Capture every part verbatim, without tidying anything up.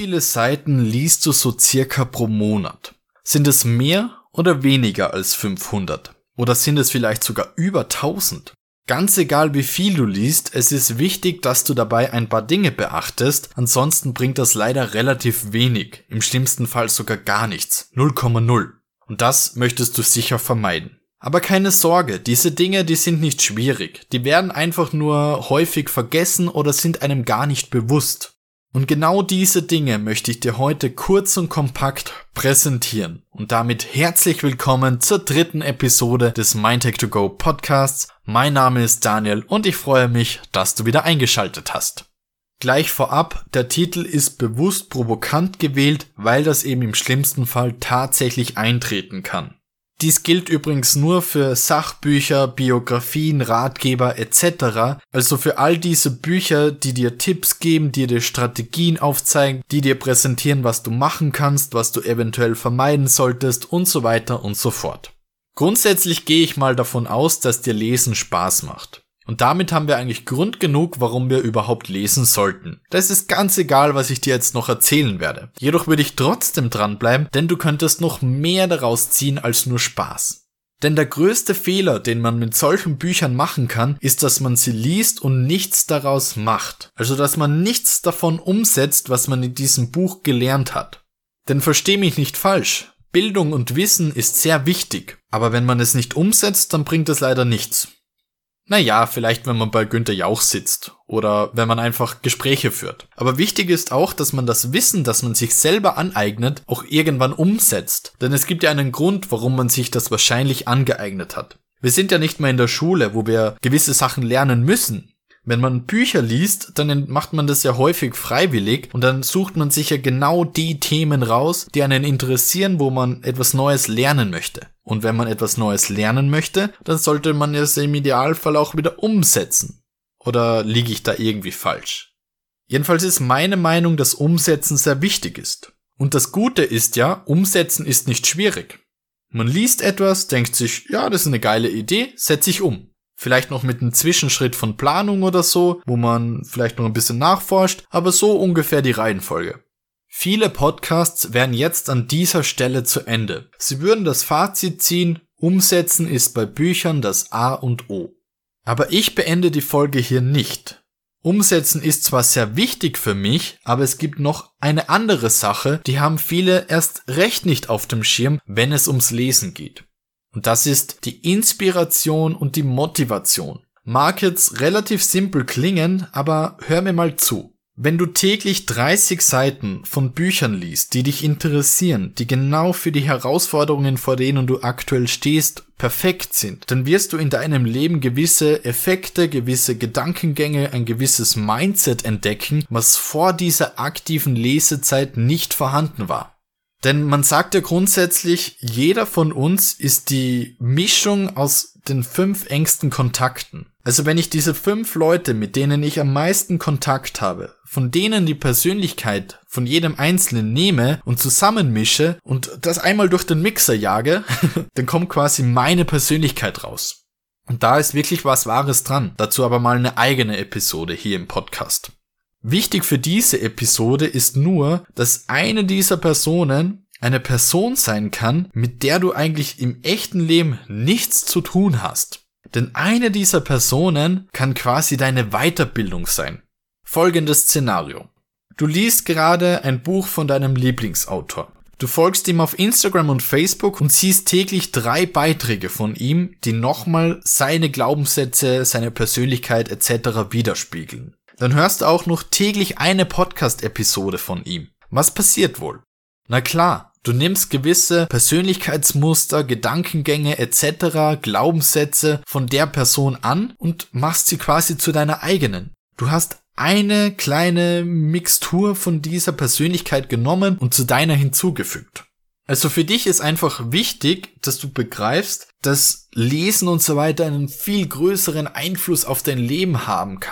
viele Seiten liest du so circa pro Monat? Sind es mehr oder weniger als fünfhundert? Oder sind es vielleicht sogar über tausend? Ganz egal wie viel du liest, es ist wichtig, dass du dabei ein paar Dinge beachtest, ansonsten bringt das leider relativ wenig, im schlimmsten Fall sogar gar nichts, null Komma null. Und das möchtest du sicher vermeiden. Aber keine Sorge, diese Dinge, die sind nicht schwierig, die werden einfach nur häufig vergessen oder sind einem gar nicht bewusst. Und genau diese Dinge möchte ich dir heute kurz und kompakt präsentieren. Und damit herzlich willkommen zur dritten Episode des Mindtech to Go Podcasts. Mein Name ist Daniel und ich freue mich, dass du wieder eingeschaltet hast. Gleich vorab, der Titel ist bewusst provokant gewählt, weil das eben im schlimmsten Fall tatsächlich eintreten kann. Dies gilt übrigens nur für Sachbücher, Biografien, Ratgeber et cetera, also für all diese Bücher, die dir Tipps geben, die dir Strategien aufzeigen, die dir präsentieren, was du machen kannst, was du eventuell vermeiden solltest und so weiter und so fort. Grundsätzlich gehe ich mal davon aus, dass dir Lesen Spaß macht. Und damit haben wir eigentlich Grund genug, warum wir überhaupt lesen sollten. Das ist ganz egal, was ich dir jetzt noch erzählen werde. Jedoch würde ich trotzdem dranbleiben, denn du könntest noch mehr daraus ziehen als nur Spaß. Denn der größte Fehler, den man mit solchen Büchern machen kann, ist, dass man sie liest und nichts daraus macht. Also, dass man nichts davon umsetzt, was man in diesem Buch gelernt hat. Denn versteh mich nicht falsch. Bildung und Wissen ist sehr wichtig. Aber wenn man es nicht umsetzt, dann bringt es leider nichts. Naja, vielleicht wenn man bei Günther Jauch sitzt oder wenn man einfach Gespräche führt. Aber wichtig ist auch, dass man das Wissen, das man sich selber aneignet, auch irgendwann umsetzt. Denn es gibt ja einen Grund, warum man sich das wahrscheinlich angeeignet hat. Wir sind ja nicht mehr in der Schule, wo wir gewisse Sachen lernen müssen. Wenn man Bücher liest, dann macht man das ja häufig freiwillig und dann sucht man sich ja genau die Themen raus, die einen interessieren, wo man etwas Neues lernen möchte. Und wenn man etwas Neues lernen möchte, dann sollte man es im Idealfall auch wieder umsetzen. Oder liege ich da irgendwie falsch? Jedenfalls ist meine Meinung, dass Umsetzen sehr wichtig ist. Und das Gute ist ja, Umsetzen ist nicht schwierig. Man liest etwas, denkt sich, ja, das ist eine geile Idee, setze ich um. Vielleicht noch mit einem Zwischenschritt von Planung oder so, wo man vielleicht noch ein bisschen nachforscht, aber so ungefähr die Reihenfolge. Viele Podcasts wären jetzt an dieser Stelle zu Ende. Sie würden das Fazit ziehen, Umsetzen ist bei Büchern das A und O. Aber ich beende die Folge hier nicht. Umsetzen ist zwar sehr wichtig für mich, aber es gibt noch eine andere Sache, die haben viele erst recht nicht auf dem Schirm, wenn es ums Lesen geht. Und das ist die Inspiration und die Motivation. Mag jetzt relativ simpel klingen, aber hör mir mal zu. Wenn du täglich dreißig Seiten von Büchern liest, die dich interessieren, die genau für die Herausforderungen, vor denen du aktuell stehst, perfekt sind, dann wirst du in deinem Leben gewisse Effekte, gewisse Gedankengänge, ein gewisses Mindset entdecken, was vor dieser aktiven Lesezeit nicht vorhanden war. Denn man sagt ja grundsätzlich, jeder von uns ist die Mischung aus den fünf engsten Kontakten. Also wenn ich diese fünf Leute, mit denen ich am meisten Kontakt habe, von denen die Persönlichkeit von jedem Einzelnen nehme und zusammenmische und das einmal durch den Mixer jage, dann kommt quasi meine Persönlichkeit raus. Und da ist wirklich was Wahres dran. Dazu aber mal eine eigene Episode hier im Podcast. Wichtig für diese Episode ist nur, dass eine dieser Personen eine Person sein kann, mit der du eigentlich im echten Leben nichts zu tun hast. Denn eine dieser Personen kann quasi deine Weiterbildung sein. Folgendes Szenario. Du liest gerade ein Buch von deinem Lieblingsautor. Du folgst ihm auf Instagram und Facebook und siehst täglich drei Beiträge von ihm, die nochmal seine Glaubenssätze, seine Persönlichkeit et cetera widerspiegeln. Dann hörst du auch noch täglich eine Podcast-Episode von ihm. Was passiert wohl? Na klar, du nimmst gewisse Persönlichkeitsmuster, Gedankengänge et cetera, Glaubenssätze von der Person an und machst sie quasi zu deiner eigenen. Du hast eine kleine Mixtur von dieser Persönlichkeit genommen und zu deiner hinzugefügt. Also für dich ist einfach wichtig, dass du begreifst, dass Lesen und so weiter einen viel größeren Einfluss auf dein Leben haben kann.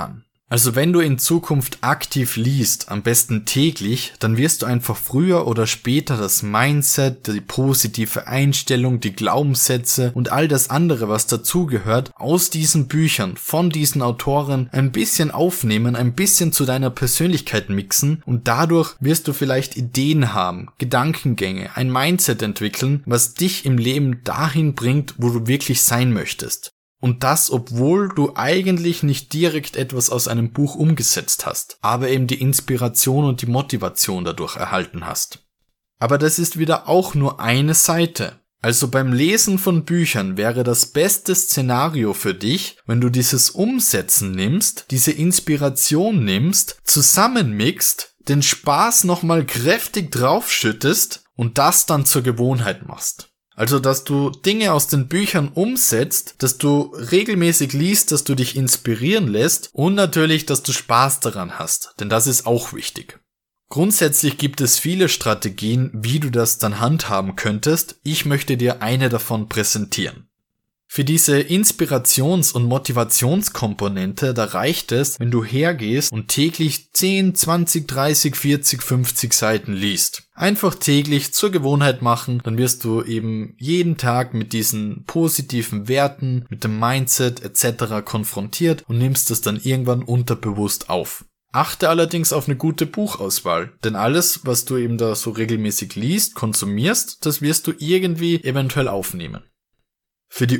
Also wenn du in Zukunft aktiv liest, am besten täglich, dann wirst du einfach früher oder später das Mindset, die positive Einstellung, die Glaubenssätze und all das andere, was dazugehört, aus diesen Büchern, von diesen Autoren ein bisschen aufnehmen, ein bisschen zu deiner Persönlichkeit mixen und dadurch wirst du vielleicht Ideen haben, Gedankengänge, ein Mindset entwickeln, was dich im Leben dahin bringt, wo du wirklich sein möchtest. Und das, obwohl du eigentlich nicht direkt etwas aus einem Buch umgesetzt hast, aber eben die Inspiration und die Motivation dadurch erhalten hast. Aber das ist wieder auch nur eine Seite. Also beim Lesen von Büchern wäre das beste Szenario für dich, wenn du dieses Umsetzen nimmst, diese Inspiration nimmst, zusammenmixt, den Spaß nochmal kräftig draufschüttest und das dann zur Gewohnheit machst. Also, dass du Dinge aus den Büchern umsetzt, dass du regelmäßig liest, dass du dich inspirieren lässt und natürlich, dass du Spaß daran hast, denn das ist auch wichtig. Grundsätzlich gibt es viele Strategien, wie du das dann handhaben könntest. Ich möchte dir eine davon präsentieren. Für diese Inspirations- und Motivationskomponente, da reicht es, wenn du hergehst und täglich zehn, zwanzig, dreißig, vierzig, fünfzig Seiten liest. Einfach täglich zur Gewohnheit machen, dann wirst du eben jeden Tag mit diesen positiven Werten, mit dem Mindset et cetera konfrontiert und nimmst es dann irgendwann unterbewusst auf. Achte allerdings auf eine gute Buchauswahl, denn alles, was du eben da so regelmäßig liest, konsumierst, das wirst du irgendwie eventuell aufnehmen. Für die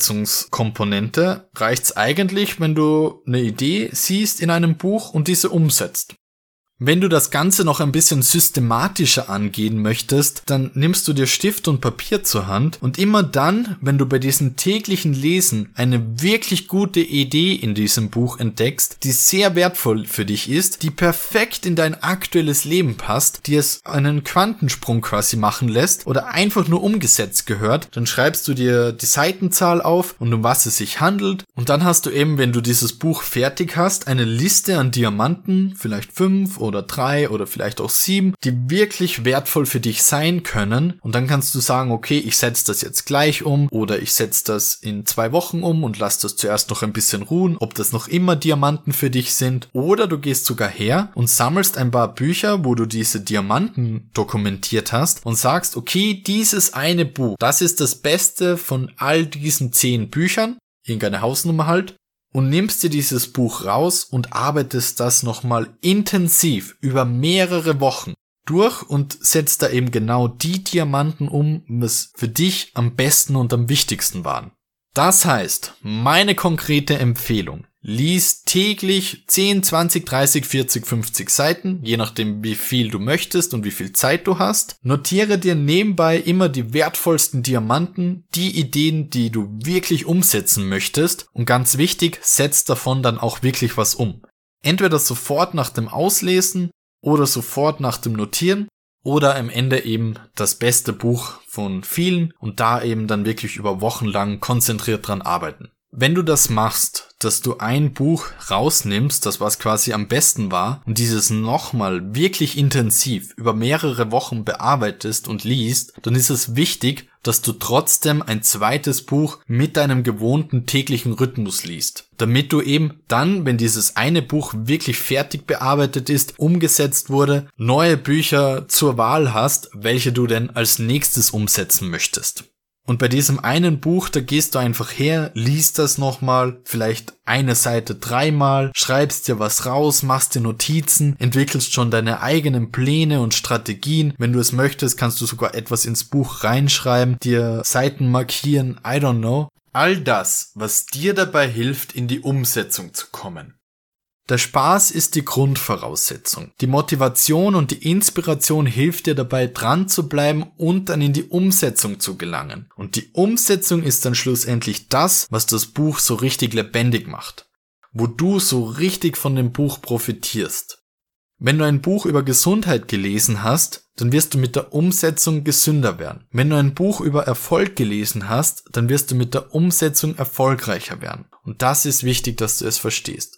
Umsetzungskomponente reicht's eigentlich, wenn du eine Idee siehst in einem Buch und diese umsetzt. Wenn du das Ganze noch ein bisschen systematischer angehen möchtest, dann nimmst du dir Stift und Papier zur Hand und immer dann, wenn du bei diesem täglichen Lesen eine wirklich gute Idee in diesem Buch entdeckst, die sehr wertvoll für dich ist, die perfekt in dein aktuelles Leben passt, die es einen Quantensprung quasi machen lässt oder einfach nur umgesetzt gehört, dann schreibst du dir die Seitenzahl auf und um was es sich handelt und dann hast du eben, wenn du dieses Buch fertig hast, eine Liste an Diamanten, vielleicht fünf oder oder drei oder vielleicht auch sieben, die wirklich wertvoll für dich sein können und dann kannst du sagen, okay, ich setze das jetzt gleich um oder ich setze das in zwei Wochen um und lass das zuerst noch ein bisschen ruhen, ob das noch immer Diamanten für dich sind oder du gehst sogar her und sammelst ein paar Bücher, wo du diese Diamanten dokumentiert hast und sagst, okay, dieses eine Buch, das ist das Beste von all diesen zehn Büchern, irgendeine Hausnummer halt, und nimmst dir dieses Buch raus und arbeitest das nochmal intensiv über mehrere Wochen durch und setzt da eben genau die Diamanten um, was für dich am besten und am wichtigsten waren. Das heißt, meine konkrete Empfehlung: Lies täglich zehn, zwanzig, dreißig, vierzig, fünfzig Seiten, je nachdem wie viel du möchtest und wie viel Zeit du hast. Notiere dir nebenbei immer die wertvollsten Diamanten, die Ideen, die du wirklich umsetzen möchtest und ganz wichtig, setz davon dann auch wirklich was um. Entweder sofort nach dem Auslesen oder sofort nach dem Notieren oder am Ende eben das beste Buch von vielen und da eben dann wirklich über Wochen lang konzentriert dran arbeiten. Wenn du das machst, dass du ein Buch rausnimmst, das was quasi am besten war, und dieses nochmal wirklich intensiv über mehrere Wochen bearbeitest und liest, dann ist es wichtig, dass du trotzdem ein zweites Buch mit deinem gewohnten täglichen Rhythmus liest. Damit du eben dann, wenn dieses eine Buch wirklich fertig bearbeitet ist, umgesetzt wurde, neue Bücher zur Wahl hast, welche du denn als nächstes umsetzen möchtest. Und bei diesem einen Buch, da gehst du einfach her, liest das nochmal, vielleicht eine Seite dreimal, schreibst dir was raus, machst dir Notizen, entwickelst schon deine eigenen Pläne und Strategien. Wenn du es möchtest, kannst du sogar etwas ins Buch reinschreiben, dir Seiten markieren, I don't know. All das, was dir dabei hilft, in die Umsetzung zu kommen. Der Spaß ist die Grundvoraussetzung. Die Motivation und die Inspiration hilft dir dabei, dran zu bleiben und dann in die Umsetzung zu gelangen. Und die Umsetzung ist dann schlussendlich das, was das Buch so richtig lebendig macht. Wo du so richtig von dem Buch profitierst. Wenn du ein Buch über Gesundheit gelesen hast, dann wirst du mit der Umsetzung gesünder werden. Wenn du ein Buch über Erfolg gelesen hast, dann wirst du mit der Umsetzung erfolgreicher werden. Und das ist wichtig, dass du es verstehst.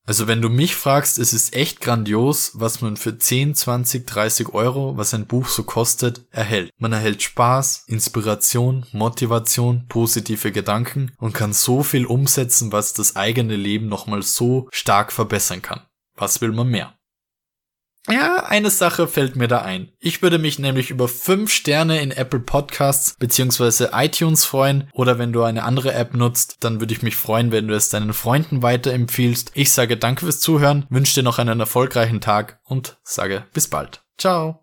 Also wenn du mich fragst, es ist echt grandios, was man für zehn, zwanzig, dreißig Euro, was ein Buch so kostet, erhält. Man erhält Spaß, Inspiration, Motivation, positive Gedanken und kann so viel umsetzen, was das eigene Leben nochmal so stark verbessern kann. Was will man mehr? Ja, eine Sache fällt mir da ein. Ich würde mich nämlich über fünf Sterne in Apple Podcasts bzw. iTunes freuen, oder wenn du eine andere App nutzt, dann würde ich mich freuen, wenn du es deinen Freunden weiterempfiehlst. Ich sage danke fürs Zuhören, wünsche dir noch einen erfolgreichen Tag und sage bis bald. Ciao.